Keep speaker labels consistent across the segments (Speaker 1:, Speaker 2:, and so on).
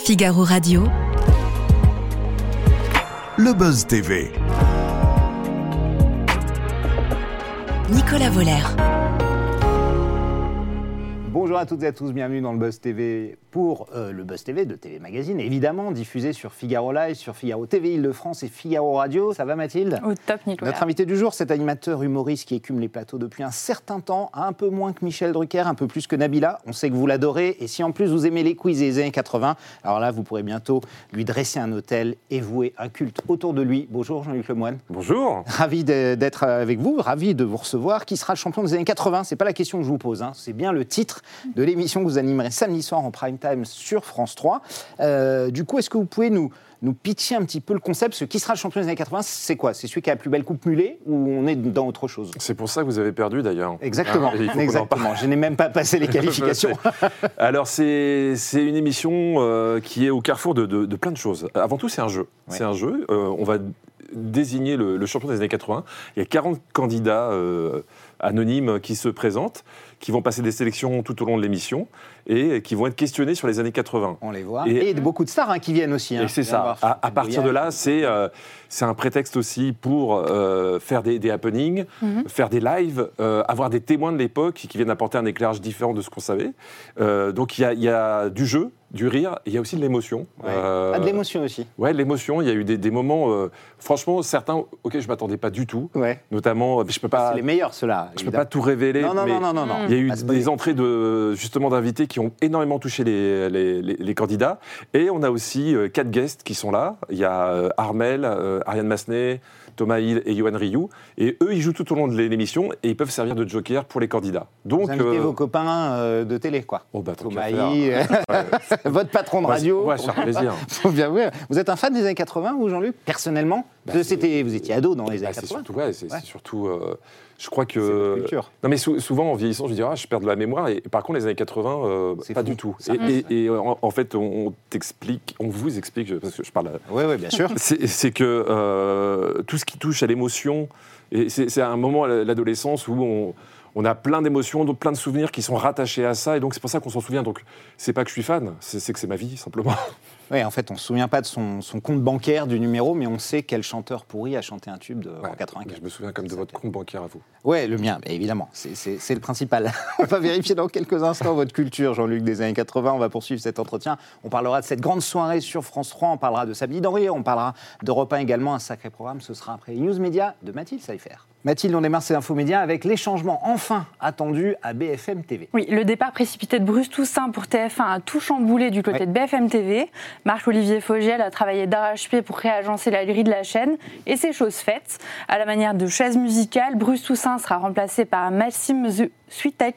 Speaker 1: Figaro Radio.
Speaker 2: Le Buzz TV.
Speaker 1: Nicolas Voller.
Speaker 3: Bonjour à toutes et à tous, bienvenue dans le Buzz TV pour le Buzz TV de TV Magazine, évidemment diffusé sur Figaro Live, sur Figaro TV Île-de-France et Figaro Radio. Ça va Mathilde ?
Speaker 4: Au top Nicolas.
Speaker 3: Notre invité du jour, cet animateur humoriste qui écume les plateaux depuis un certain temps, un peu moins que Michel Drucker, un peu plus que Nabila. On sait que vous l'adorez et si en plus vous aimez les quiz des années 80, alors là vous pourrez bientôt lui dresser un hôtel et vouer un culte autour de lui. Bonjour Jean-Luc Lemoyne.
Speaker 5: Bonjour.
Speaker 3: Ravi d'être avec vous, ravi de vous recevoir. Qui sera le champion des années 80 ? C'est pas la question que je vous pose, hein. C'est bien le titre de l'émission que vous animerez samedi soir en prime time sur France 3. Du coup, est-ce que vous pouvez nous pitcher un petit peu le concept ? Ce qui sera le champion des années 80, c'est quoi ? C'est celui qui a la plus belle coupe mulet ou on est dans autre chose ?
Speaker 5: C'est pour ça que vous avez perdu d'ailleurs.
Speaker 3: Exactement, exactement. Je n'ai même pas passé les qualifications.
Speaker 5: Alors c'est une émission qui est au carrefour de plein de choses. Avant tout, c'est un jeu. Ouais. C'est un jeu. On va désigner le champion des années 80. Il y a 40 candidats anonymes qui se présentent, qui vont passer des sélections tout au long de l'émission et qui vont être questionnés sur les années 80.
Speaker 3: On les voit. Et beaucoup de stars qui viennent aussi.
Speaker 5: Et c'est ça. À partir de là, c'est un prétexte aussi pour faire des happenings, faire des lives, avoir des témoins de l'époque qui viennent apporter un éclairage différent de ce qu'on savait. Donc il y a du jeu, du rire, et il y a aussi de l'émotion.
Speaker 3: Ouais. De l'émotion aussi.
Speaker 5: Ouais, de l'émotion. Il y a eu des moments, franchement, certains auxquels je ne m'attendais pas du tout. Ouais. Notamment, je peux pas.
Speaker 3: C'est les meilleurs, ceux-là.
Speaker 5: Je ne peux pas tout révéler.
Speaker 3: Non.
Speaker 5: Il y a eu des entrées justement d'invités qui ont énormément touché les candidats. Et on a aussi 4 guests qui sont là. Il y a Armel, Ariane Massenet, Thomas Hill et Yoann Rioux. Et eux, ils jouent tout au long de l'émission et ils peuvent servir de joker pour les candidats. Donc,
Speaker 3: vous invitez vos copains de télé, quoi.
Speaker 5: Oh, bah,
Speaker 3: Thomas Hill, votre patron de radio.
Speaker 5: Ouais, ça fait plaisir.
Speaker 3: Vous êtes un fan des années 80, vous, Jean-Luc, personnellement ? Vous étiez ado dans les années 80.
Speaker 5: C'est surtout... je crois que... Non, mais souvent, en vieillissant, je dis, je perds de la mémoire. Et par contre, les années 80, pas du tout. Et en fait, on vous explique, parce que je parle...
Speaker 3: Oui, bien sûr.
Speaker 5: C'est que tout ce qui touche à l'émotion, et c'est un moment à l'adolescence où on a plein d'émotions, donc plein de souvenirs qui sont rattachés à ça. Et donc, c'est pour ça qu'on s'en souvient. Donc, c'est pas que je suis fan, c'est que c'est ma vie, simplement.
Speaker 3: Oui, en fait, on ne se souvient pas de son compte bancaire, du numéro, mais on sait quel chanteur pourri a chanté un tube en 84.
Speaker 5: Je me souviens comme de votre compte bancaire à vous.
Speaker 3: Oui, le mien, évidemment. C'est le principal. On va vérifier dans quelques instants votre culture, Jean-Luc, des années 80. On va poursuivre cet entretien. On parlera de cette grande soirée sur France 3. On parlera de Sabine Henry. On parlera d'Europe 1 également. Un sacré programme. Ce sera après les News Média de Mathilde Saïfer. Mathilde, on démarre ces infomédias avec les changements enfin attendus à BFM TV.
Speaker 4: Oui, le départ précipité de Bruce Toussaint pour TF1 a tout chamboulé du côté de BFM TV. Marc-Olivier Fogiel a travaillé d'arrache-pied pour réagencer la grille de la chaîne et c'est chose faite. À la manière de chaise musicale, Bruce Toussaint sera remplacé par Maxime Switek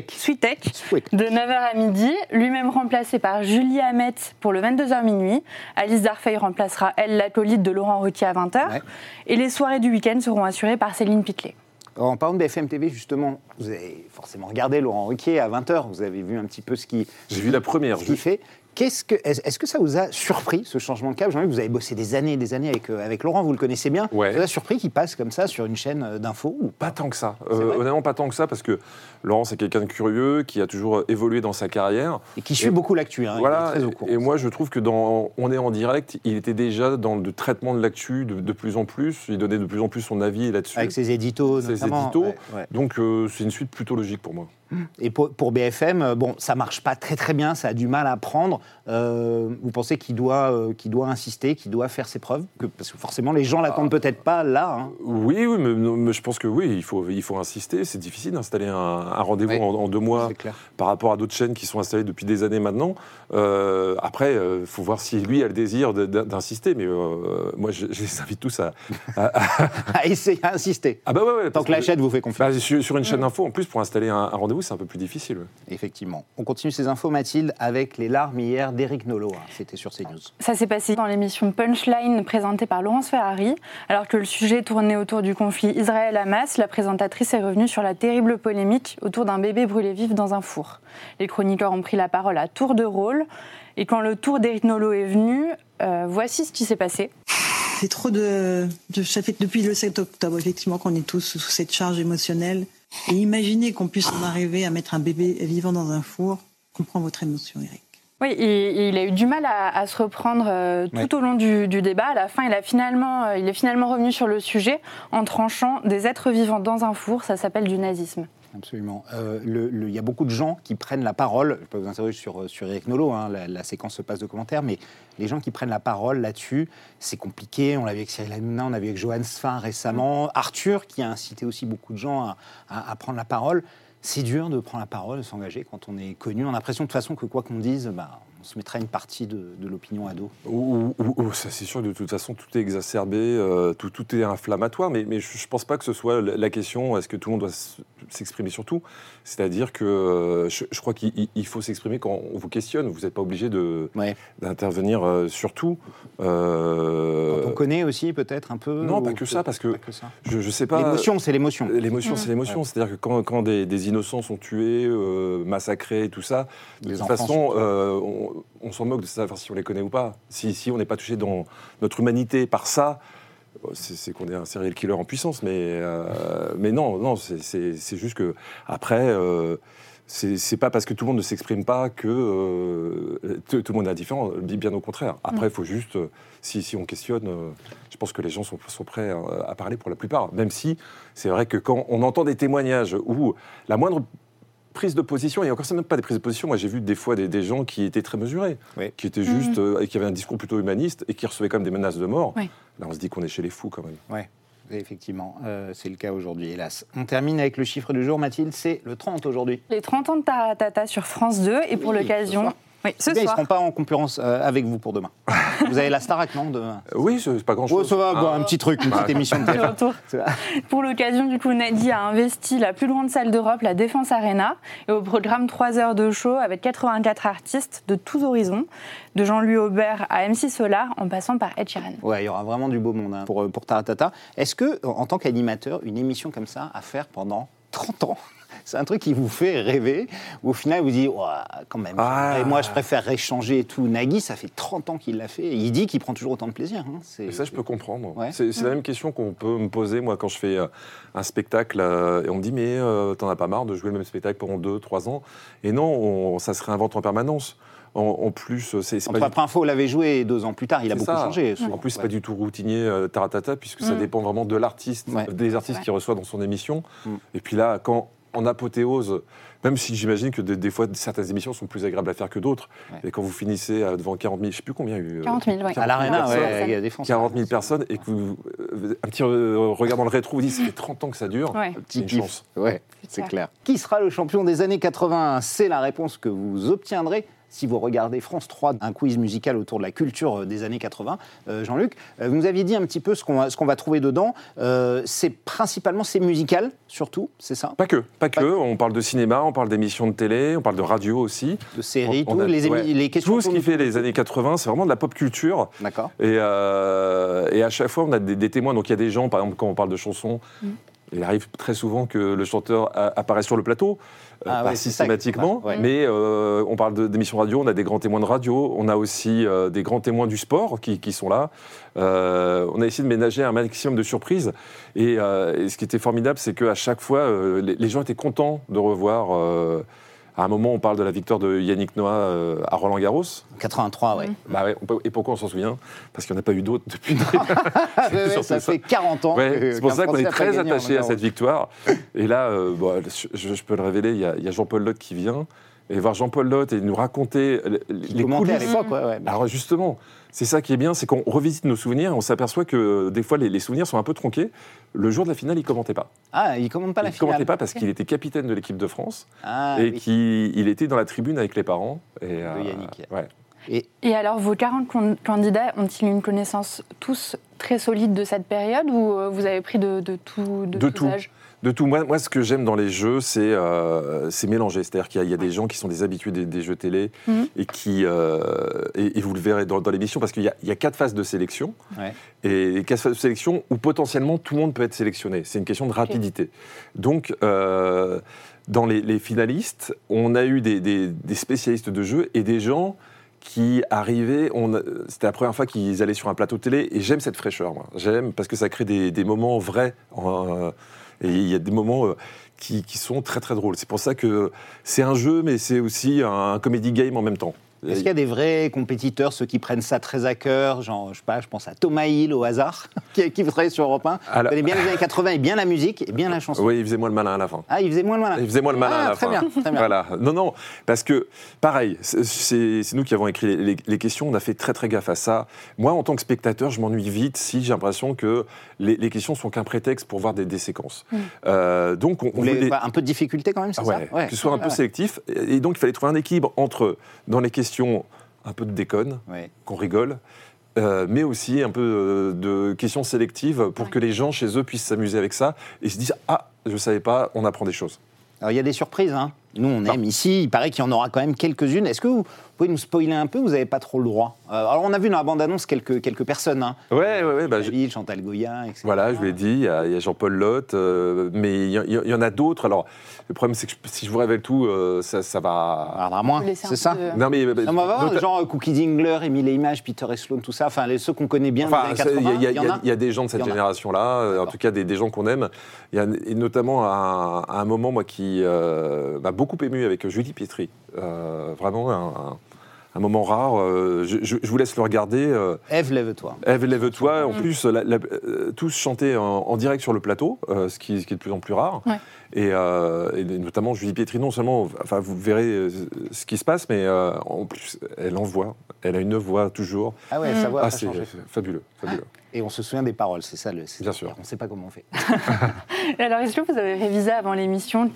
Speaker 4: de 9h à midi, lui-même remplacé par Julie Hamet pour le 22h minuit. Alice Darfeuille remplacera, elle, l'acolyte de Laurent Ruquier à 20h. Ouais. Et les soirées du week-end seront assurées par Céline Pitlet.
Speaker 3: En parlant de BFM TV, justement, vous avez forcément regardé Laurent Ruquier à 20h. Vous avez vu un petit peu ce qu'il fait. Est-ce que ça vous a surpris, ce changement de cap ? Jean-Luc, vous avez bossé des années et des années avec Laurent, vous le connaissez bien. Ouais. Ça vous a surpris qu'il passe comme ça sur une chaîne d'infos ou
Speaker 5: pas tant que ça. Honnêtement, pas tant que ça, parce que Laurent, c'est quelqu'un de curieux, qui a toujours évolué dans sa carrière.
Speaker 3: Et qui suit beaucoup l'actu.
Speaker 5: Voilà, il est très au courant. Et moi, je trouve que dans On est en direct, il était déjà dans le traitement de l'actu de plus en plus. Il donnait de plus en plus son avis là-dessus.
Speaker 3: Avec ses éditos, notamment.
Speaker 5: Ouais. Donc, c'est une suite plutôt logique pour moi.
Speaker 3: Et pour BFM, ça marche pas très très bien, ça a du mal à prendre. Vous pensez qu'il doit insister, qu'il doit faire ses preuves, parce que forcément les gens l'attendent peut-être pas là. Hein.
Speaker 5: Oui, mais je pense que oui, il faut insister. C'est difficile d'installer un rendez-vous en 2 mois par rapport à d'autres chaînes qui sont installées depuis des années maintenant. Après, faut voir si lui a le désir d'insister. Mais moi, je les invite tous à
Speaker 3: essayer à insister.
Speaker 5: Ah bah ouais,
Speaker 3: tant que la chaîne vous fait confiance.
Speaker 5: Sur une chaîne d'info, en plus, pour installer un rendez-vous, c'est un peu plus difficile.
Speaker 3: Effectivement. On continue ces infos, Mathilde, avec les larmes hier d'Éric Nolot. C'était sur CNews.
Speaker 4: Ça s'est passé dans l'émission Punchline présentée par Laurence Ferrari. Alors que le sujet tournait autour du conflit Israël-Hamas, la présentatrice est revenue sur la terrible polémique autour d'un bébé brûlé vif dans un four. Les chroniqueurs ont pris la parole à tour de rôle. Et quand le tour d'Éric Nolot est venu, voici ce qui s'est passé.
Speaker 6: C'est trop ça fait depuis le 7 octobre, effectivement, qu'on est tous sous cette charge émotionnelle. Et imaginez qu'on puisse en arriver à mettre un bébé vivant dans un four. Je comprends votre émotion, Eric.
Speaker 4: Oui, et il a eu du mal à se reprendre tout au long du débat. À la fin, il est finalement revenu sur le sujet en tranchant des êtres vivants dans un four. Ça s'appelle du nazisme.
Speaker 3: Absolument. Il y a beaucoup de gens qui prennent la parole. Je peux vous interroger sur Eric Nolot, hein, la séquence se passe de commentaires, mais les gens qui prennent la parole là-dessus, c'est compliqué. On l'a vu avec Cyril Hanouna, on l'a vu avec Johan Sfar récemment. Arthur, qui a incité aussi beaucoup de gens à prendre la parole. C'est dur de prendre la parole, de s'engager quand on est connu. On a l'impression de toute façon que quoi qu'on dise, on se mettra une partie de l'opinion à dos.
Speaker 5: Ça, c'est sûr, de toute façon, tout est exacerbé, tout est inflammatoire, mais je ne pense pas que ce soit la question, est-ce que tout le monde doit s'exprimer sur tout ? C'est-à-dire que je crois qu'il faut s'exprimer quand on vous questionne, vous n'êtes pas obligé d'intervenir sur tout.
Speaker 3: Quand on connaît aussi peut-être un peu.
Speaker 5: Non, pas que ça, parce que je ne sais pas...
Speaker 3: L'émotion, c'est l'émotion.
Speaker 5: L'émotion, c'est l'émotion, c'est-à-dire que quand des innocents sont tués, massacrés et tout ça, de toute façon, on s'en moque de savoir si on les connaît ou pas. Si on n'est pas touché dans notre humanité par ça, c'est qu'on est un serial killer en puissance. Mais non, c'est juste que après, c'est pas parce que tout le monde ne s'exprime pas que tout le monde est indifférent. Bien au contraire. Après, il faut juste, si on questionne, je pense que les gens sont prêts à parler pour la plupart. Même si c'est vrai que quand on entend des témoignages où la moindre prise de position, et encore ça même pas des prises de position, moi j'ai vu des fois des gens qui étaient très mesurés, qui étaient juste, et qui avaient un discours plutôt humaniste, et qui recevaient quand même des menaces de mort. Là on se dit qu'on est chez les fous quand même.
Speaker 3: Ouais. Effectivement, c'est le cas aujourd'hui, hélas. On termine avec le chiffre du jour, Mathilde, c'est le 30 aujourd'hui.
Speaker 4: Les 30 ans de Taratata sur France 2, et pour l'occasion... Oui, ce soir.
Speaker 3: Ils ne seront pas en concurrence avec vous pour demain. Vous avez la Starac, non demain.
Speaker 5: Oui, c'est pas grand-chose.
Speaker 3: Ça va, un petit truc, une petite émission de télé.
Speaker 4: Pour l'occasion, du coup, Nagui a investi la plus grande salle d'Europe, la Défense Arena, et au programme 3 heures de show avec 84 artistes de tous horizons, de Jean-Louis Aubert à MC Solar, en passant par Ed Sheeran.
Speaker 3: Ouais, il y aura vraiment du beau monde pour Taratata. Est-ce que, en tant qu'animateur, une émission comme ça à faire pendant 30 ans, c'est un truc qui vous fait rêver, où au final vous dites, quand même, et moi je préférerais changer et tout. Nagui, ça fait 30 ans qu'il l'a fait, et il dit qu'il prend toujours autant de plaisir.
Speaker 5: Et ça, je peux comprendre.
Speaker 3: Ouais.
Speaker 5: C'est la même question qu'on peut me poser, moi, quand je fais un spectacle, et on me dit, mais t'en as pas marre de jouer le même spectacle pendant 2-3 ans ? Et non, ça se réinvente en permanence. En plus, c'est pas...
Speaker 3: La première fois, on l'avait joué 2 ans plus tard, il a beaucoup changé.
Speaker 5: En plus, c'est pas du tout routinier Taratata, puisque ça dépend vraiment de l'artiste, des artistes qu'il reçoit dans son émission. Et puis là, quand en apothéose, même si j'imagine que des fois certaines émissions sont plus agréables à faire que d'autres, et quand vous finissez devant 40 000, je ne sais plus combien il y a eu...
Speaker 4: 40 000, oui.
Speaker 3: À l'Arena, il y a Défense.
Speaker 5: 40 000 personnes, et que vous, un petit regard dans le rétro, vous dites, ça fait 30 ans que ça dure,
Speaker 3: Petit
Speaker 5: une chance.
Speaker 3: Ouais, c'est clair. Qui sera le champion des années 80 ? C'est la réponse que vous obtiendrez si vous regardez France 3, un quiz musical autour de la culture des années 80. Jean-Luc, vous nous aviez dit un petit peu ce qu'on va trouver dedans. C'est musical, surtout, c'est ça ?
Speaker 5: Pas que. On parle de cinéma, on parle d'émissions de télé, on parle de radio aussi.
Speaker 3: De séries, les questions...
Speaker 5: Tout ce qui fait les années 80, c'est vraiment de la pop culture.
Speaker 3: D'accord.
Speaker 5: Et à chaque fois, on a des témoins. Donc il y a des gens, par exemple, quand on parle de chansons, il arrive très souvent que le chanteur apparaisse sur le plateau. Pas systématiquement, mais on parle d'émissions radio, on a des grands témoins de radio, on a aussi des grands témoins du sport qui sont là. On a essayé de ménager un maximum de surprises, et ce qui était formidable, c'est qu'à chaque fois, les gens étaient contents de revoir... À un moment, on parle de la victoire de Yannick Noah à Roland-Garros.
Speaker 3: 83, oui.
Speaker 5: Et pourquoi on s'en souvient ? Parce qu'il n'y en a pas eu d'autres depuis.
Speaker 3: Ça fait 40 ans.
Speaker 5: C'est pour ça qu'on est très attaché à cette victoire. Et là, je peux le révéler, il y a Jean-Paul Lotte qui vient. Et voir Jean-Paul Lotte et nous raconter les coulisses.
Speaker 3: À l'époque,
Speaker 5: Alors justement, c'est ça qui est bien, c'est qu'on revisite nos souvenirs et on s'aperçoit que des fois les souvenirs sont un peu tronqués. Le jour de la finale, il ne commentait pas.
Speaker 3: Ah, il ne commente pas la finale.
Speaker 5: Il ne commentait pas parce qu'il était capitaine de l'équipe de France qu'il était dans la tribune avec les parents.
Speaker 3: De Yannick.
Speaker 5: Ouais.
Speaker 4: Et alors, vos 40 candidats ont-ils une connaissance tous très solide de cette période, ou vous avez pris de tous âges ?
Speaker 5: De tout. Moi, ce que j'aime dans les jeux, c'est mélanger. C'est-à-dire qu'il y a des gens qui sont des habitués des jeux télé et qui et vous le verrez dans l'émission, parce qu'il y a 4 phases de sélection. Ouais. Et 4 phases de sélection où potentiellement tout le monde peut être sélectionné. C'est une question de rapidité. Okay. Donc, dans les finalistes, on a eu des spécialistes de jeux et des gens qui arrivaient, c'était la première fois qu'ils allaient sur un plateau télé, et j'aime cette fraîcheur, moi. J'aime parce que ça crée des moments vrais. Et il y a des moments qui sont très très drôles. C'est pour ça que c'est un jeu, mais c'est aussi un comedy game en même temps.
Speaker 3: Est-ce qu'il y a des vrais compétiteurs, ceux qui prennent ça très à cœur, genre, je sais pas, je pense à Thomas Hill au hasard, qui travaille sur Europe 1,
Speaker 5: Alors...
Speaker 3: connaît bien les années 80 et bien la musique et bien la chanson.
Speaker 5: Oui, il faisait moins le malin à la fin.
Speaker 3: Ah, il faisait moins le malin.
Speaker 5: Il faisait moins le malin à la
Speaker 3: très
Speaker 5: fin.
Speaker 3: Bien, très bien.
Speaker 5: Voilà. Non, parce que, pareil, c'est nous qui avons écrit les questions, on a fait très très gaffe à ça. Moi, en tant que spectateur, je m'ennuie vite si j'ai l'impression que les questions sont qu'un prétexte pour voir des séquences. Donc,
Speaker 3: Vous voulez un peu de difficulté quand même, c'est ça
Speaker 5: que ce soit un peu sélectif. Et donc, il fallait trouver un équilibre entre, dans les questions, un peu de déconne, qu'on rigole, mais aussi un peu de questions sélectives pour que les gens chez eux puissent s'amuser avec ça et se disent « Ah, je ne savais pas, on apprend des choses ».
Speaker 3: Alors, il y a des surprises, hein. Nous, on aime ici. Il paraît qu'il y en aura quand même quelques-unes. Est-ce que vous pouvez nous spoiler un peu? Vous n'avez pas trop le droit. Alors, on a vu dans la bande-annonce quelques personnes. Hein.
Speaker 5: Ouais.
Speaker 3: Chantal Goya, etc.
Speaker 5: Voilà, je l'ai dit, il y a Jean-Paul Lotte, mais il y en a d'autres. Alors, le problème, c'est que si je vous révèle tout, ça va...
Speaker 3: Alors, à moins, c'est ça
Speaker 5: Non, mais...
Speaker 3: On va voir, genre Cookie Dingler, Émile Image, Peter et Sloan, tout ça. Enfin, ceux qu'on connaît bien dans les années 80.
Speaker 5: Il y a des gens de cette génération-là, en tout cas des gens qu'on aime. Il y a notamment à un moment, moi, qui m'a beaucoup ému avec Julie Pietri. Vraiment un moment rare. Je vous laisse le regarder.
Speaker 3: Ève, lève-toi.
Speaker 5: Ève, lève-toi. En plus, tous chantaient en direct sur le plateau, ce qui est de plus en plus rare.
Speaker 4: Ouais.
Speaker 5: Et notamment Julie Pietri, non seulement, enfin, vous verrez ce qui se passe, mais en plus, elle envoie. Elle a une voix toujours.
Speaker 3: Ah ouais, sa voix a
Speaker 5: c'est
Speaker 3: changé.
Speaker 5: fabuleux.
Speaker 3: Et on se souvient des paroles, c'est ça.
Speaker 5: Bien sûr.
Speaker 3: On ne sait pas comment on fait.
Speaker 4: Alors, est-ce que vous avez révisé avant l'émission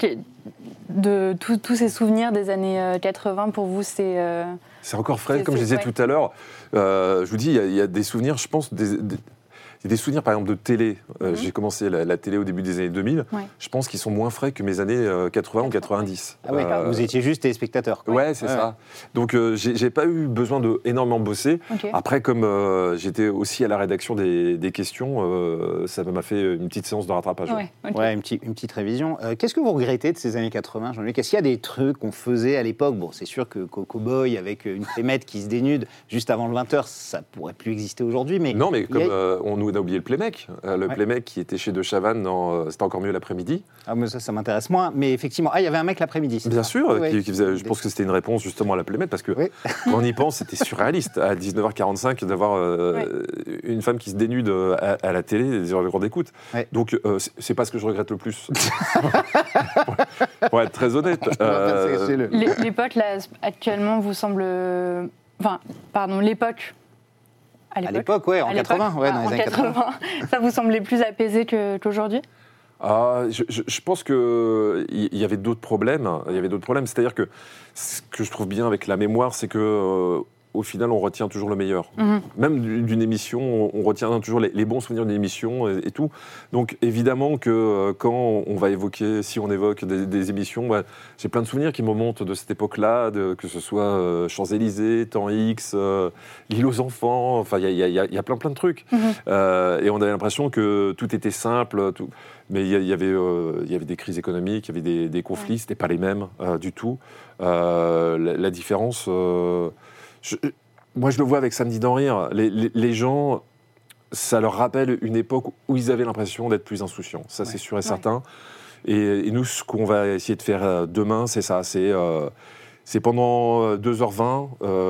Speaker 4: de tous ces souvenirs des années 80 pour vous, c'est
Speaker 5: encore frais, comme je disais tout à l'heure. Je vous dis, il y a des souvenirs, je pense, des souvenirs, par exemple, de télé. J'ai commencé la télé au début des années 2000. Ouais. Je pense qu'ils sont moins frais que mes années 80 ou 90.
Speaker 3: Ah oui, vous étiez juste téléspectateur.
Speaker 5: Ouais, c'est ça. Donc, j'ai pas eu besoin de énormément bosser. Okay. Après, comme j'étais aussi à la rédaction des questions, ça m'a fait une petite séance de rattrapage.
Speaker 3: Ouais, une petite révision. Qu'est-ce que vous regrettez de ces années 80, Jean-Luc? Est-ce qu'il y a des trucs qu'on faisait à l'époque? Bon, c'est sûr que Coco Boy, avec une Plémette qui se dénude juste avant le 20h, ça pourrait plus exister aujourd'hui. Mais
Speaker 5: non, mais comme on a oublié le Playmek. Playmek qui était chez De Chavannes dans C'était encore mieux l'après-midi.
Speaker 3: Ah, mais ça m'intéresse moins. Mais effectivement, il y avait un mec l'après-midi.
Speaker 5: Bien sûr, qui faisait, je pense que c'était une réponse justement à la Playmek, parce que quand on y pense, c'était surréaliste à 19h45 d'avoir une femme qui se dénude à la télé, des heures d'écoute. Donc, c'est pas ce que je regrette le plus. Pour être très honnête.
Speaker 4: L'époque, là, actuellement, vous semble... Enfin, pardon, l'époque...
Speaker 3: À l'époque, ouais, en 80, dans les années 80.
Speaker 4: Ça vous semblait plus apaisé qu'aujourd'hui?
Speaker 5: Je pense qu'il y avait d'autres problèmes. C'est-à-dire que ce que je trouve bien avec la mémoire, c'est que au final, on retient toujours le meilleur. Même d'une émission, on retient toujours les bons souvenirs d'une émission et tout. Donc, évidemment que quand on va évoquer, si on évoque des émissions, j'ai plein de souvenirs qui me remontent de cette époque-là, que ce soit Champs-Élysées, Temps X, L'île aux enfants, enfin, il y a plein de trucs. Et on avait l'impression que tout était simple, mais il y avait des crises économiques, il y avait des conflits, c'était pas les mêmes du tout. La différence... moi, je le vois avec Samedi d'en rire. Les gens, ça leur rappelle une époque où ils avaient l'impression d'être plus insouciants. Ça, c'est sûr et certain. Et nous, ce qu'on va essayer de faire demain, c'est ça. C'est pendant 2h20,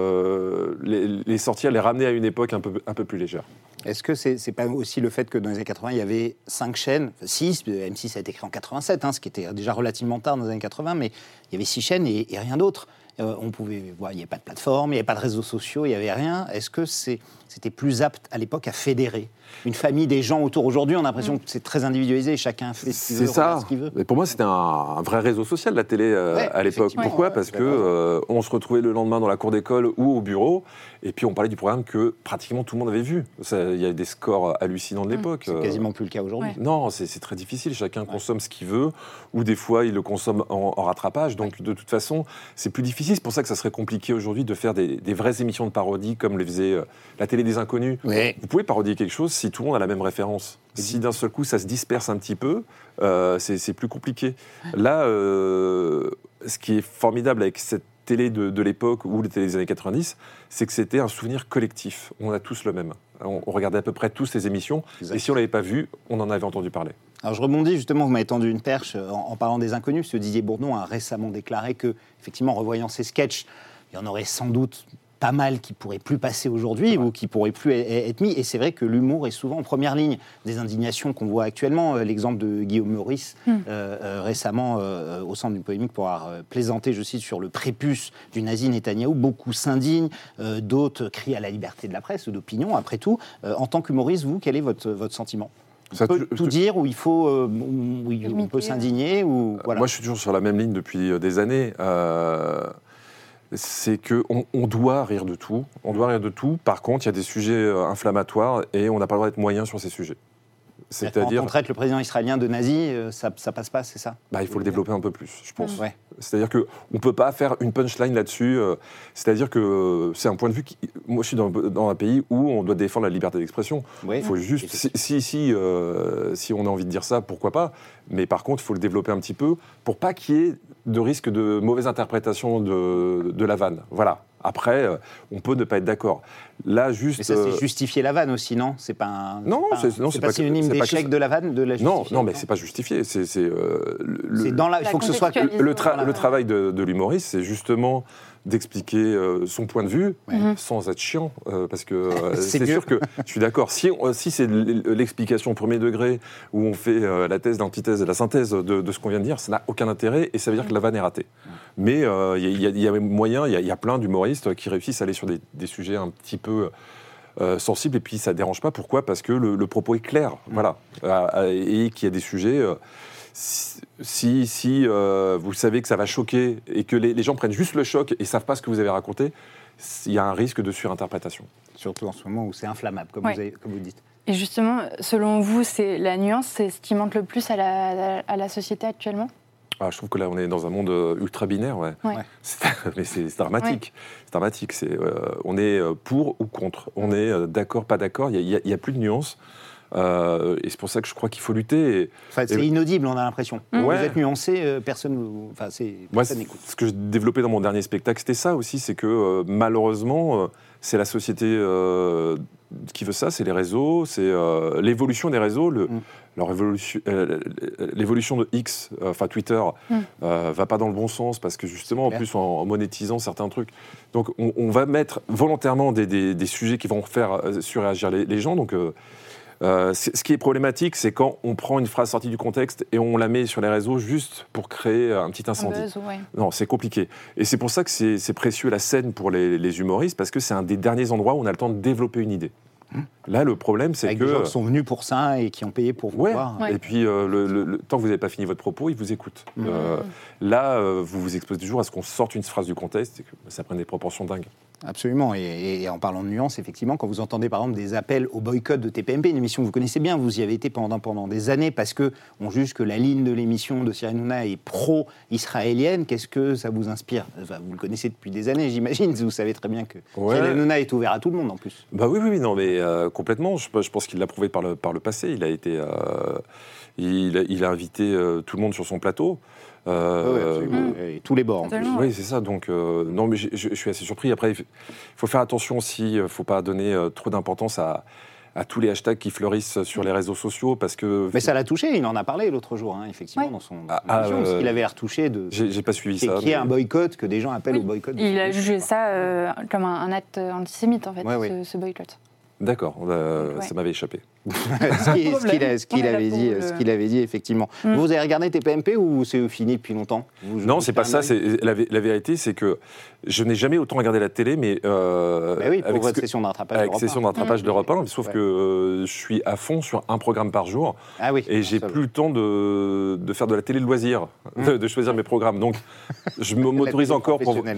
Speaker 5: les sortir, les ramener à une époque un peu plus légère.
Speaker 3: Est-ce que c'est pas aussi le fait que dans les années 80, il y avait 5 chaînes, 6, M6 a été créé en 87, ce qui était déjà relativement tard dans les années 80, mais il y avait 6 chaînes et rien d'autre. Il n'y avait pas de plateforme, il n'y avait pas de réseaux sociaux, il n'y avait rien. Est-ce que c'était plus apte à l'époque à fédérer une famille, des gens autour? Aujourd'hui, on a l'impression que c'est très individualisé, chacun fait ce qu'il veut, ce qu'il veut.
Speaker 5: Mais pour moi, c'était un vrai réseau social, la télé, à l'époque. Pourquoi ? Parce que on se retrouvait le lendemain dans la cour d'école ou au bureau, et puis on parlait du programme que pratiquement tout le monde avait vu. Il y avait des scores hallucinants de l'époque.
Speaker 3: C'est quasiment plus le cas aujourd'hui.
Speaker 5: Non, c'est très difficile. Chacun consomme ce qu'il veut, ou des fois, il le consomme en rattrapage. Donc, de toute façon, c'est plus difficile. C'est pour ça que ça serait compliqué aujourd'hui de faire des vraies émissions de parodie, comme les faisait la télé des inconnus. Vous pouvez parodier quelque chose si tout le monde a la même référence. Si d'un seul coup, ça se disperse un petit peu, c'est plus compliqué. Là, ce qui est formidable avec cette télé de l'époque ou les télé des années 90, c'est que c'était un souvenir collectif. On a tous le même. On regardait à peu près tous les émissions, et si on ne l'avait pas vu, on en avait entendu parler.
Speaker 3: Alors je rebondis justement, vous m'avez tendu une perche en parlant des inconnus, parce que Didier Bourdon a récemment déclaré que, effectivement, en revoyant ses sketchs, il y en aurait sans doute pas mal qui pourraient plus passer aujourd'hui ou qui pourraient plus être mis. Et c'est vrai que l'humour est souvent en première ligne des indignations qu'on voit actuellement. L'exemple de Guillaume Meurice, récemment, au centre d'une polémique pour avoir plaisanté, je cite, sur le prépuce du nazi Netanyahou. Beaucoup s'indignent, d'autres crient à la liberté de la presse ou d'opinion, après tout. En tant qu'humoriste, vous, quel est votre sentiment ? On peut tout dire, ou il faut, on peut s'indigner, ou voilà.
Speaker 5: Moi, je suis toujours sur la même ligne depuis des années. C'est qu'on doit rire de tout. On doit rire de tout. Par contre, il y a des sujets inflammatoires et on n'a pas le droit d'être moyen sur ces sujets.
Speaker 3: C'est-à-dire, quand on traite le président israélien de nazi, ça passe pas, c'est ça ?
Speaker 5: Il faut le développer un peu plus, je pense.
Speaker 3: Ouais.
Speaker 5: C'est-à-dire qu'on ne peut pas faire une punchline là-dessus. C'est-à-dire que c'est un point de vue moi, je suis dans un pays où on doit défendre la liberté d'expression.
Speaker 3: Oui.
Speaker 5: Il faut juste... Si on a envie de dire ça, pourquoi pas ? Mais par contre, il faut le développer un petit peu pour pas qu'il y ait de risque de mauvaise interprétation de la vanne. Voilà. Après, on peut ne pas être d'accord. Là, juste.
Speaker 3: Mais ça, c'est justifier la vanne aussi, non ? C'est pas un.
Speaker 5: Non, c'est
Speaker 3: pas synonyme d'échec de la vanne, de la justifier.
Speaker 5: Non, mais c'est pas justifié.
Speaker 3: C'est dans la. Il faut que ce soit
Speaker 5: le travail de l'humoriste, c'est justement d'expliquer son point de vue sans être chiant, parce que c'est sûr que je suis d'accord. Si c'est l'explication au premier degré où on fait la thèse, l'antithèse et la synthèse de ce qu'on vient de dire, ça n'a aucun intérêt et ça veut dire que la vanne est ratée. Mais il y a moyen, il y a plein d'humoristes qui réussissent à aller sur des sujets un petit peu sensibles et puis ça ne dérange pas. Pourquoi ? Parce que le propos est clair, voilà, et qu'il y a des sujets. Si vous savez que ça va choquer et que les gens prennent juste le choc et ne savent pas ce que vous avez raconté, il y a un risque de surinterprétation.
Speaker 3: Surtout en ce moment où c'est inflammable, comme vous dites.
Speaker 4: Et justement, selon vous, c'est la nuance, c'est ce qui manque le plus à la société actuellement ?
Speaker 5: Je trouve que là, on est dans un monde ultra binaire, ouais. Mais c'est dramatique. Ouais. C'est dramatique. On est pour ou contre. On est d'accord, pas d'accord. Il y a plus de nuances. Et c'est pour ça que je crois qu'il faut lutter.
Speaker 3: C'est inaudible, on a l'impression. Vous êtes nuancé, personne n'écoute.
Speaker 5: Ce que je développais dans mon dernier spectacle, c'était ça aussi, c'est que malheureusement, c'est la société qui veut ça, c'est les réseaux, c'est l'évolution des réseaux, l'évolution de X, enfin Twitter, va pas dans le bon sens parce que justement, en plus, en monétisant certains trucs. Donc, on va mettre volontairement des sujets qui vont faire surréagir les gens. Donc, ce qui est problématique, c'est quand on prend une phrase sortie du contexte et on la met sur les réseaux juste pour créer un petit incendie. Non, c'est compliqué. Et c'est pour ça que c'est précieux la scène pour les humoristes, parce que c'est un des derniers endroits où on a le temps de développer une idée. Là, le problème, c'est que...
Speaker 3: Avec des gens qui sont venus pour ça et qui ont payé pour vous voir.
Speaker 5: Et puis, le tant que vous n'avez pas fini votre propos, ils vous écoutent. Là, vous vous exposez toujours à ce qu'on sorte une phrase du contexte et que ça prenne des proportions dingues.
Speaker 3: Absolument. Et en parlant de nuances, effectivement, quand vous entendez par exemple des appels au boycott de TPMP, une émission que vous connaissez bien, vous y avez été pendant des années, parce qu'on juge que la ligne de l'émission de Cyril Hanouna est pro-israélienne, qu'est-ce que ça vous inspire ? Vous le connaissez depuis des années, j'imagine, vous savez très bien que Cyril Hanouna est ouvert à tout le monde en plus.
Speaker 5: Oui, non, mais complètement. Je pense qu'il l'a prouvé par le passé. Il a été... il a invité tout le monde sur son plateau.
Speaker 3: Et tous les bords en plus.
Speaker 5: Oui, c'est ça. Donc, non, mais je suis assez surpris. Après, il faut faire attention aussi. Il ne faut pas donner trop d'importance à tous les hashtags qui fleurissent sur les réseaux sociaux, parce que...
Speaker 3: Mais ça l'a touché, il en a parlé l'autre jour, effectivement, dans son émission, parce qu'il avait retouché de...
Speaker 5: J'ai pas suivi ça.
Speaker 3: Qui est un boycott, que des gens appellent au boycott.
Speaker 4: Il a jugé ça comme un acte antisémite, en fait, ce boycott.
Speaker 5: D'accord, ça m'avait échappé.
Speaker 3: ce qu'il avait dit, effectivement. Vous avez regardé TPMP ou c'est fini depuis longtemps ?
Speaker 5: Non, c'est pas ça. La vérité, c'est que je n'ai jamais autant regardé la télé, mais
Speaker 3: pour votre session de rattrapage
Speaker 5: avec session de rattrapage d'Europe 1, sauf que je suis à fond sur un programme par jour, et j'ai plus le temps de faire de la télé de loisir, de choisir mes programmes. Donc, je m'autorise encore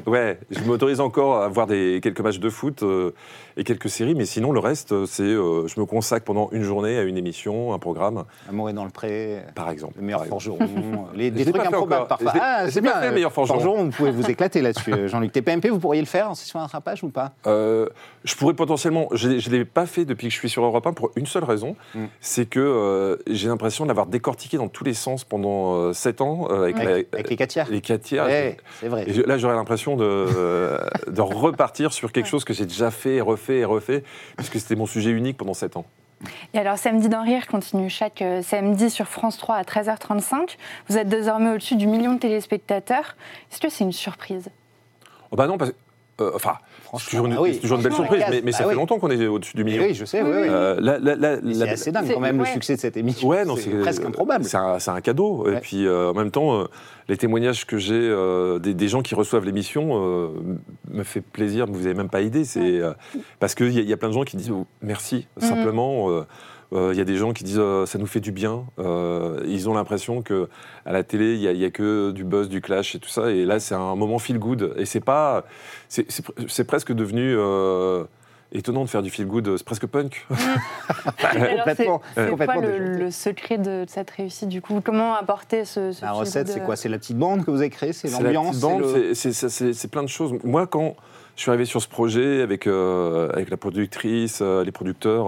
Speaker 5: à voir quelques matchs de foot et quelques séries, mais sinon le reste, c'est je me consacre pendant une journée à une émission, un programme.
Speaker 3: Amour est dans le pré,
Speaker 5: par exemple.
Speaker 3: Le meilleur forgeron, des trucs improbables parfois.
Speaker 5: C'est bien, le meilleur forgeron.
Speaker 3: Vous pouvez vous éclater là-dessus, Jean-Luc. TPMP, vous pourriez le faire en session de rattrapage ou pas ?
Speaker 5: Je pourrais potentiellement. Je ne l'ai pas fait depuis que je suis sur Europe 1 pour une seule raison, c'est que j'ai l'impression de l'avoir décortiqué dans tous les sens pendant 7 ans avec
Speaker 3: les 4 tiers.
Speaker 5: Les 4 tiers.
Speaker 3: C'est vrai.
Speaker 5: Et là, j'aurais l'impression de repartir sur quelque chose que j'ai déjà fait, refait, puisque c'était mon sujet unique pendant 7 ans.
Speaker 4: Et alors, Samedi d'en rire continue chaque samedi sur France 3 à 13h35. Vous êtes désormais au-dessus du 1 million de téléspectateurs. Est-ce que c'est une surprise ?
Speaker 5: Non, parce que Enfin,
Speaker 3: Franchement,
Speaker 5: c'est toujours une belle surprise, mais ça
Speaker 3: bah
Speaker 5: fait
Speaker 3: oui.
Speaker 5: longtemps qu'on est au-dessus du million.
Speaker 3: Oui, je sais, oui. C'est assez dingue quand même le succès de cette émission.
Speaker 5: Ouais, non,
Speaker 3: c'est presque improbable.
Speaker 5: C'est un cadeau.
Speaker 3: Ouais.
Speaker 5: Et puis en même temps, les témoignages que j'ai des gens qui reçoivent l'émission me fait plaisir. Vous n'avez même pas idée. C'est parce qu'il y a plein de gens qui disent merci. Simplement, il y a des gens qui disent ça nous fait du bien. Ils ont l'impression que à la télé, il y a que du buzz, du clash et tout ça. Et là, c'est un moment feel good. Et c'est presque devenu étonnant de faire du feel good. C'est presque punk.
Speaker 4: Alors,
Speaker 3: Complètement.
Speaker 4: c'est
Speaker 3: Complètement
Speaker 4: quoi
Speaker 3: déjanté.
Speaker 4: le secret de cette réussite du coup? Comment apporter ce
Speaker 3: La
Speaker 4: feel
Speaker 3: recette,
Speaker 4: good,
Speaker 3: c'est quoi? C'est la petite bande que vous avez créée? C'est
Speaker 5: C'est la
Speaker 3: l'ambiance?
Speaker 5: petite bande, c'est plein de choses. Moi, quand je suis arrivé sur ce projet avec la productrice, les producteurs,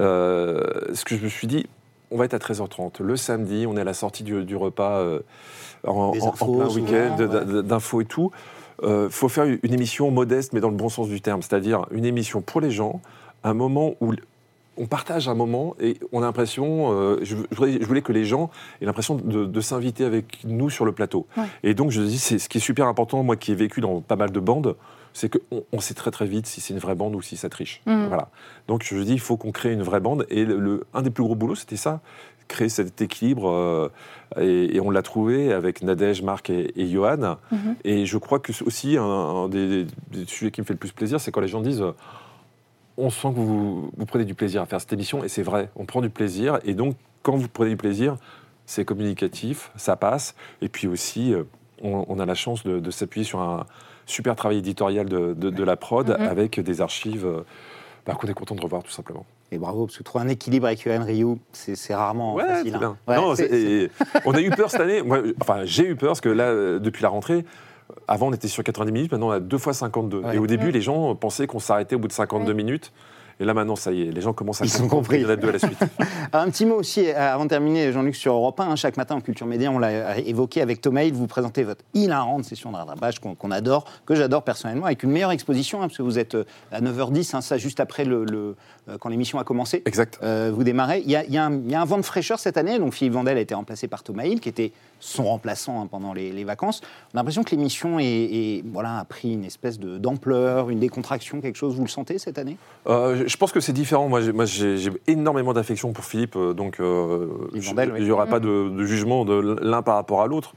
Speaker 5: ce que je me suis dit, on va être à 13h30. Le samedi, on est à la sortie du repas en
Speaker 3: infos,
Speaker 5: plein
Speaker 3: souvent,
Speaker 5: week-end, d'infos et tout. Faut faire une émission modeste, mais dans le bon sens du terme. C'est-à-dire une émission pour les gens, un moment où on partage un moment et on a l'impression, je voulais que les gens aient l'impression de s'inviter avec nous sur le plateau.
Speaker 4: Ouais.
Speaker 5: Et donc je dis, c'est ce qui est super important, moi qui ai vécu dans pas mal de bandes, c'est qu'on sait très très vite si c'est une vraie bande ou si ça triche. Voilà. Donc je dis, il faut qu'on crée une vraie bande. Et un des plus gros boulots, c'était ça, créer cet équilibre. Et on l'a trouvé avec Nadège, Marc et Johan. Et je crois que c'est aussi un des sujets qui me fait le plus plaisir, c'est quand les gens disent on sent que vous prenez du plaisir à faire cette émission, et c'est vrai, on prend du plaisir. Et donc, quand vous prenez du plaisir, c'est communicatif, ça passe. Et puis aussi, on a la chance de s'appuyer sur un super travail éditorial de la prod avec des archives qu'on est content de revoir, tout simplement.
Speaker 3: Et bravo, parce que trouver un équilibre avec Yoann Rioux, c'est rarement facile.
Speaker 5: c'est bien.
Speaker 3: Ouais,
Speaker 5: Non, on a eu peur cette année. J'ai eu peur parce que là, depuis la rentrée, avant on était sur 90 minutes, maintenant on a 2 fois 52.
Speaker 3: Ouais.
Speaker 5: Et au début, les gens pensaient qu'on s'arrêtait au bout de 52 minutes. Et là maintenant, ça y est, les gens commencent à
Speaker 3: Ils ont compris.
Speaker 5: Il y en a 2 à la suite.
Speaker 3: Un petit mot aussi, avant de terminer, Jean-Luc, sur Europe 1. Chaque matin en Culture Média, on l'a évoqué avec Thomas Hill, vous présentez votre hilarante session de rattrapage qu'on adore, que j'adore personnellement, avec une meilleure exposition, parce que vous êtes à 9h10, ça juste après quand l'émission a commencé.
Speaker 5: Exact.
Speaker 3: Vous démarrez. Il y a un vent de fraîcheur cette année, donc Philippe Vandel a été remplacé par Thomas Hill, qui était son remplaçant pendant les vacances. On a l'impression que l'émission a pris une espèce d'ampleur, une décontraction, quelque chose. Vous le sentez cette année?
Speaker 5: Je pense que c'est différent. Moi, j'ai énormément d'affection pour Philippe, donc il n'y aura pas de jugement de l'un par rapport à l'autre.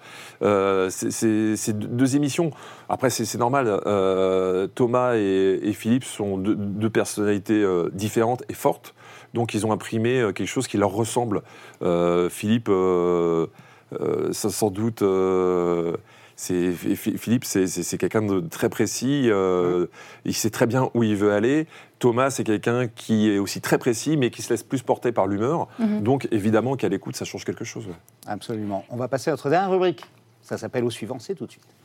Speaker 5: C'est 2 émissions. Après, c'est normal. Thomas et Philippe sont deux personnalités différentes et fortes. Donc, ils ont imprimé quelque chose qui leur ressemble. Philippe, ça sans doute... Philippe, c'est quelqu'un de très précis, il sait très bien où il veut aller. Thomas, c'est quelqu'un qui est aussi très précis, mais qui se laisse plus porter par l'humeur. Donc, évidemment, qu'à l'écoute, ça change quelque chose. Ouais.
Speaker 3: Absolument. On va passer à notre dernière rubrique. Ça s'appelle Au suivant, c'est tout de suite.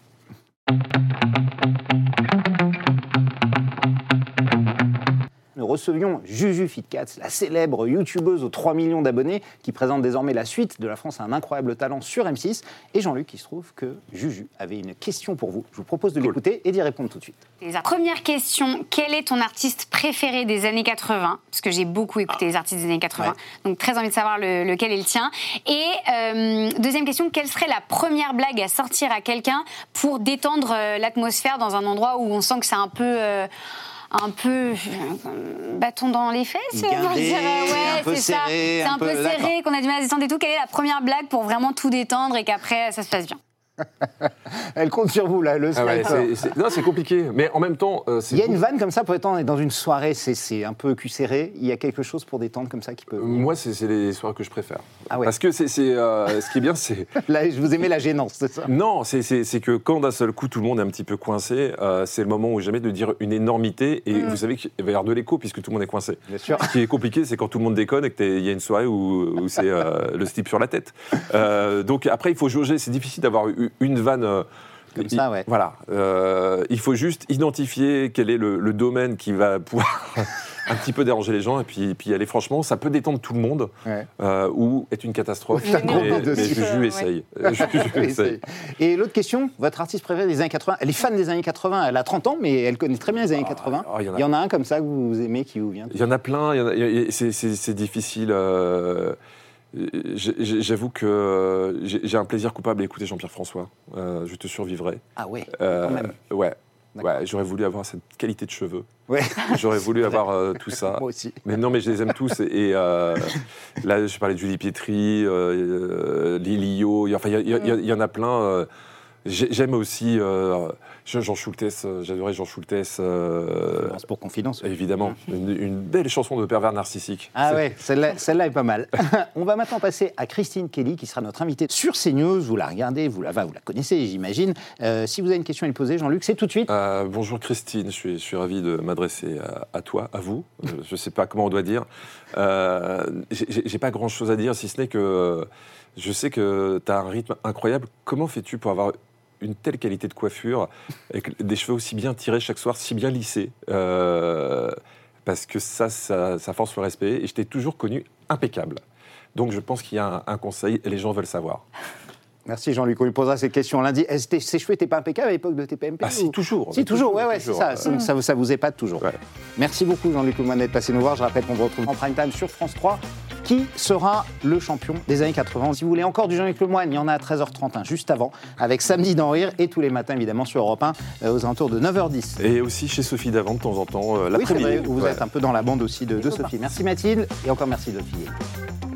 Speaker 3: Nous recevions Juju Fitcats, la célèbre youtubeuse aux 3 millions d'abonnés qui présente désormais la suite de La France a un incroyable talent sur M6. Et Jean-Luc, il se trouve que Juju avait une question pour vous. Je vous propose de l'écouter et d'y répondre tout de suite.
Speaker 7: Première question, quel est ton artiste préféré des années 80 ? Parce que j'ai beaucoup écouté les artistes des années 80, donc très envie de savoir lequel est le tien. Et deuxième question, quelle serait la première blague à sortir à quelqu'un pour détendre l'atmosphère dans un endroit où on sent que c'est un peu bâton dans les fesses,
Speaker 3: Guindé,
Speaker 7: ouais,
Speaker 3: un peu
Speaker 7: c'est
Speaker 3: serré,
Speaker 7: ça. C'est un peu serré, qu'on a du mal à se détendre et tout. Quelle est la première blague pour vraiment tout détendre et qu'après ça se passe bien ?
Speaker 3: Elle compte sur vous, là, le sniper.
Speaker 5: Non, c'est compliqué. Mais en même temps...
Speaker 3: il y a une vanne comme ça, pour être dans une soirée, c'est un peu cul serré. Il y a quelque chose pour détendre comme ça qui peut...
Speaker 5: Moi, c'est les soirées que je préfère.
Speaker 3: Ah ouais.
Speaker 5: Parce que ce qui est bien, c'est...
Speaker 3: Là, je vous aimais la gênance, c'est ça?
Speaker 5: Non, c'est que quand d'un seul coup, tout le monde est un petit peu coincé, c'est le moment où jamais de dire une énormité. Et vous savez qu'il va y avoir de l'écho puisque tout le monde est coincé.
Speaker 3: Bien sûr.
Speaker 5: Ce qui est compliqué, c'est quand tout le monde déconne et qu'il y a une soirée où c'est le slip sur la tête. Donc après, il faut jauger. C'est difficile d'avoir une vanne...
Speaker 3: Comme ça, ouais.
Speaker 5: Voilà. Il faut juste identifier quel est le domaine qui va pouvoir un petit peu déranger les gens et puis y aller. Franchement, ça peut détendre tout le monde ou être une catastrophe. Mais Juju essaye. Juju essaye.
Speaker 3: Et l'autre question, votre artiste préféré des années 80, elle est fan des années 80, elle a 30 ans, mais elle connaît très bien les années 80. Il y en a un comme ça que vous aimez, qui vous vient?
Speaker 5: Il y en a plein. C'est difficile. J'avoue que j'ai un plaisir coupable à écouter Jean-Pierre François. Je te survivrai.
Speaker 3: Ah ouais, quand même.
Speaker 5: Ouais. Ouais, j'aurais voulu avoir cette qualité de cheveux.
Speaker 3: Ouais.
Speaker 5: J'aurais voulu avoir tout ça.
Speaker 3: Moi aussi.
Speaker 5: Mais non, mais je les aime tous. Et là, je parlais de Julie Pietri, Lilio. Enfin, il y en a plein. J'aime aussi Jean Schultes. J'adorais Jean Schultes.
Speaker 3: Confidence pour confidence.
Speaker 5: Évidemment. Une belle chanson de pervers narcissique.
Speaker 3: Ah ouais, celle-là est pas mal. On va maintenant passer à Christine Kelly, qui sera notre invitée sur CNews. Vous la regardez, vous la connaissez, j'imagine. Si vous avez une question à lui poser, Jean-Luc, c'est tout de suite.
Speaker 5: Bonjour Christine, je suis ravi de m'adresser à toi, à vous. Je ne sais pas comment on doit dire. J'ai pas grand-chose à dire, si ce n'est que je sais que tu as un rythme incroyable. Comment fais-tu pour avoir une telle qualité de coiffure, avec des cheveux aussi bien tirés chaque soir, si bien lissés, parce que ça force le respect, et je t'ai toujours connu impeccable. Donc je pense qu'il y a un conseil, et les gens veulent savoir.
Speaker 3: Merci Jean-Luc, on lui posera cette question lundi. Ces cheveux n'étaient pas impeccables à l'époque de TPMP?
Speaker 5: Si, toujours.
Speaker 3: Si, toujours, ouais, c'est ça. Ça vous épate toujours.
Speaker 5: Ouais.
Speaker 3: Merci beaucoup Jean-Luc Lemoyne d'être passé nous voir. Je rappelle qu'on vous retrouve en prime time sur France 3. Qui sera le champion des années 80? Si vous voulez encore du Jean-Luc Lemoyne, il y en a à 13h31, juste avant, avec Samedi d'en rire, et tous les matins, évidemment, sur Europe 1, aux alentours de 9h10.
Speaker 5: Et aussi chez Sophie Davant, de temps en temps,
Speaker 3: l'après-midi. Oui, c'est vrai, vous êtes un peu dans la bande aussi de Sophie. Merci Mathilde, et encore merci Sophie.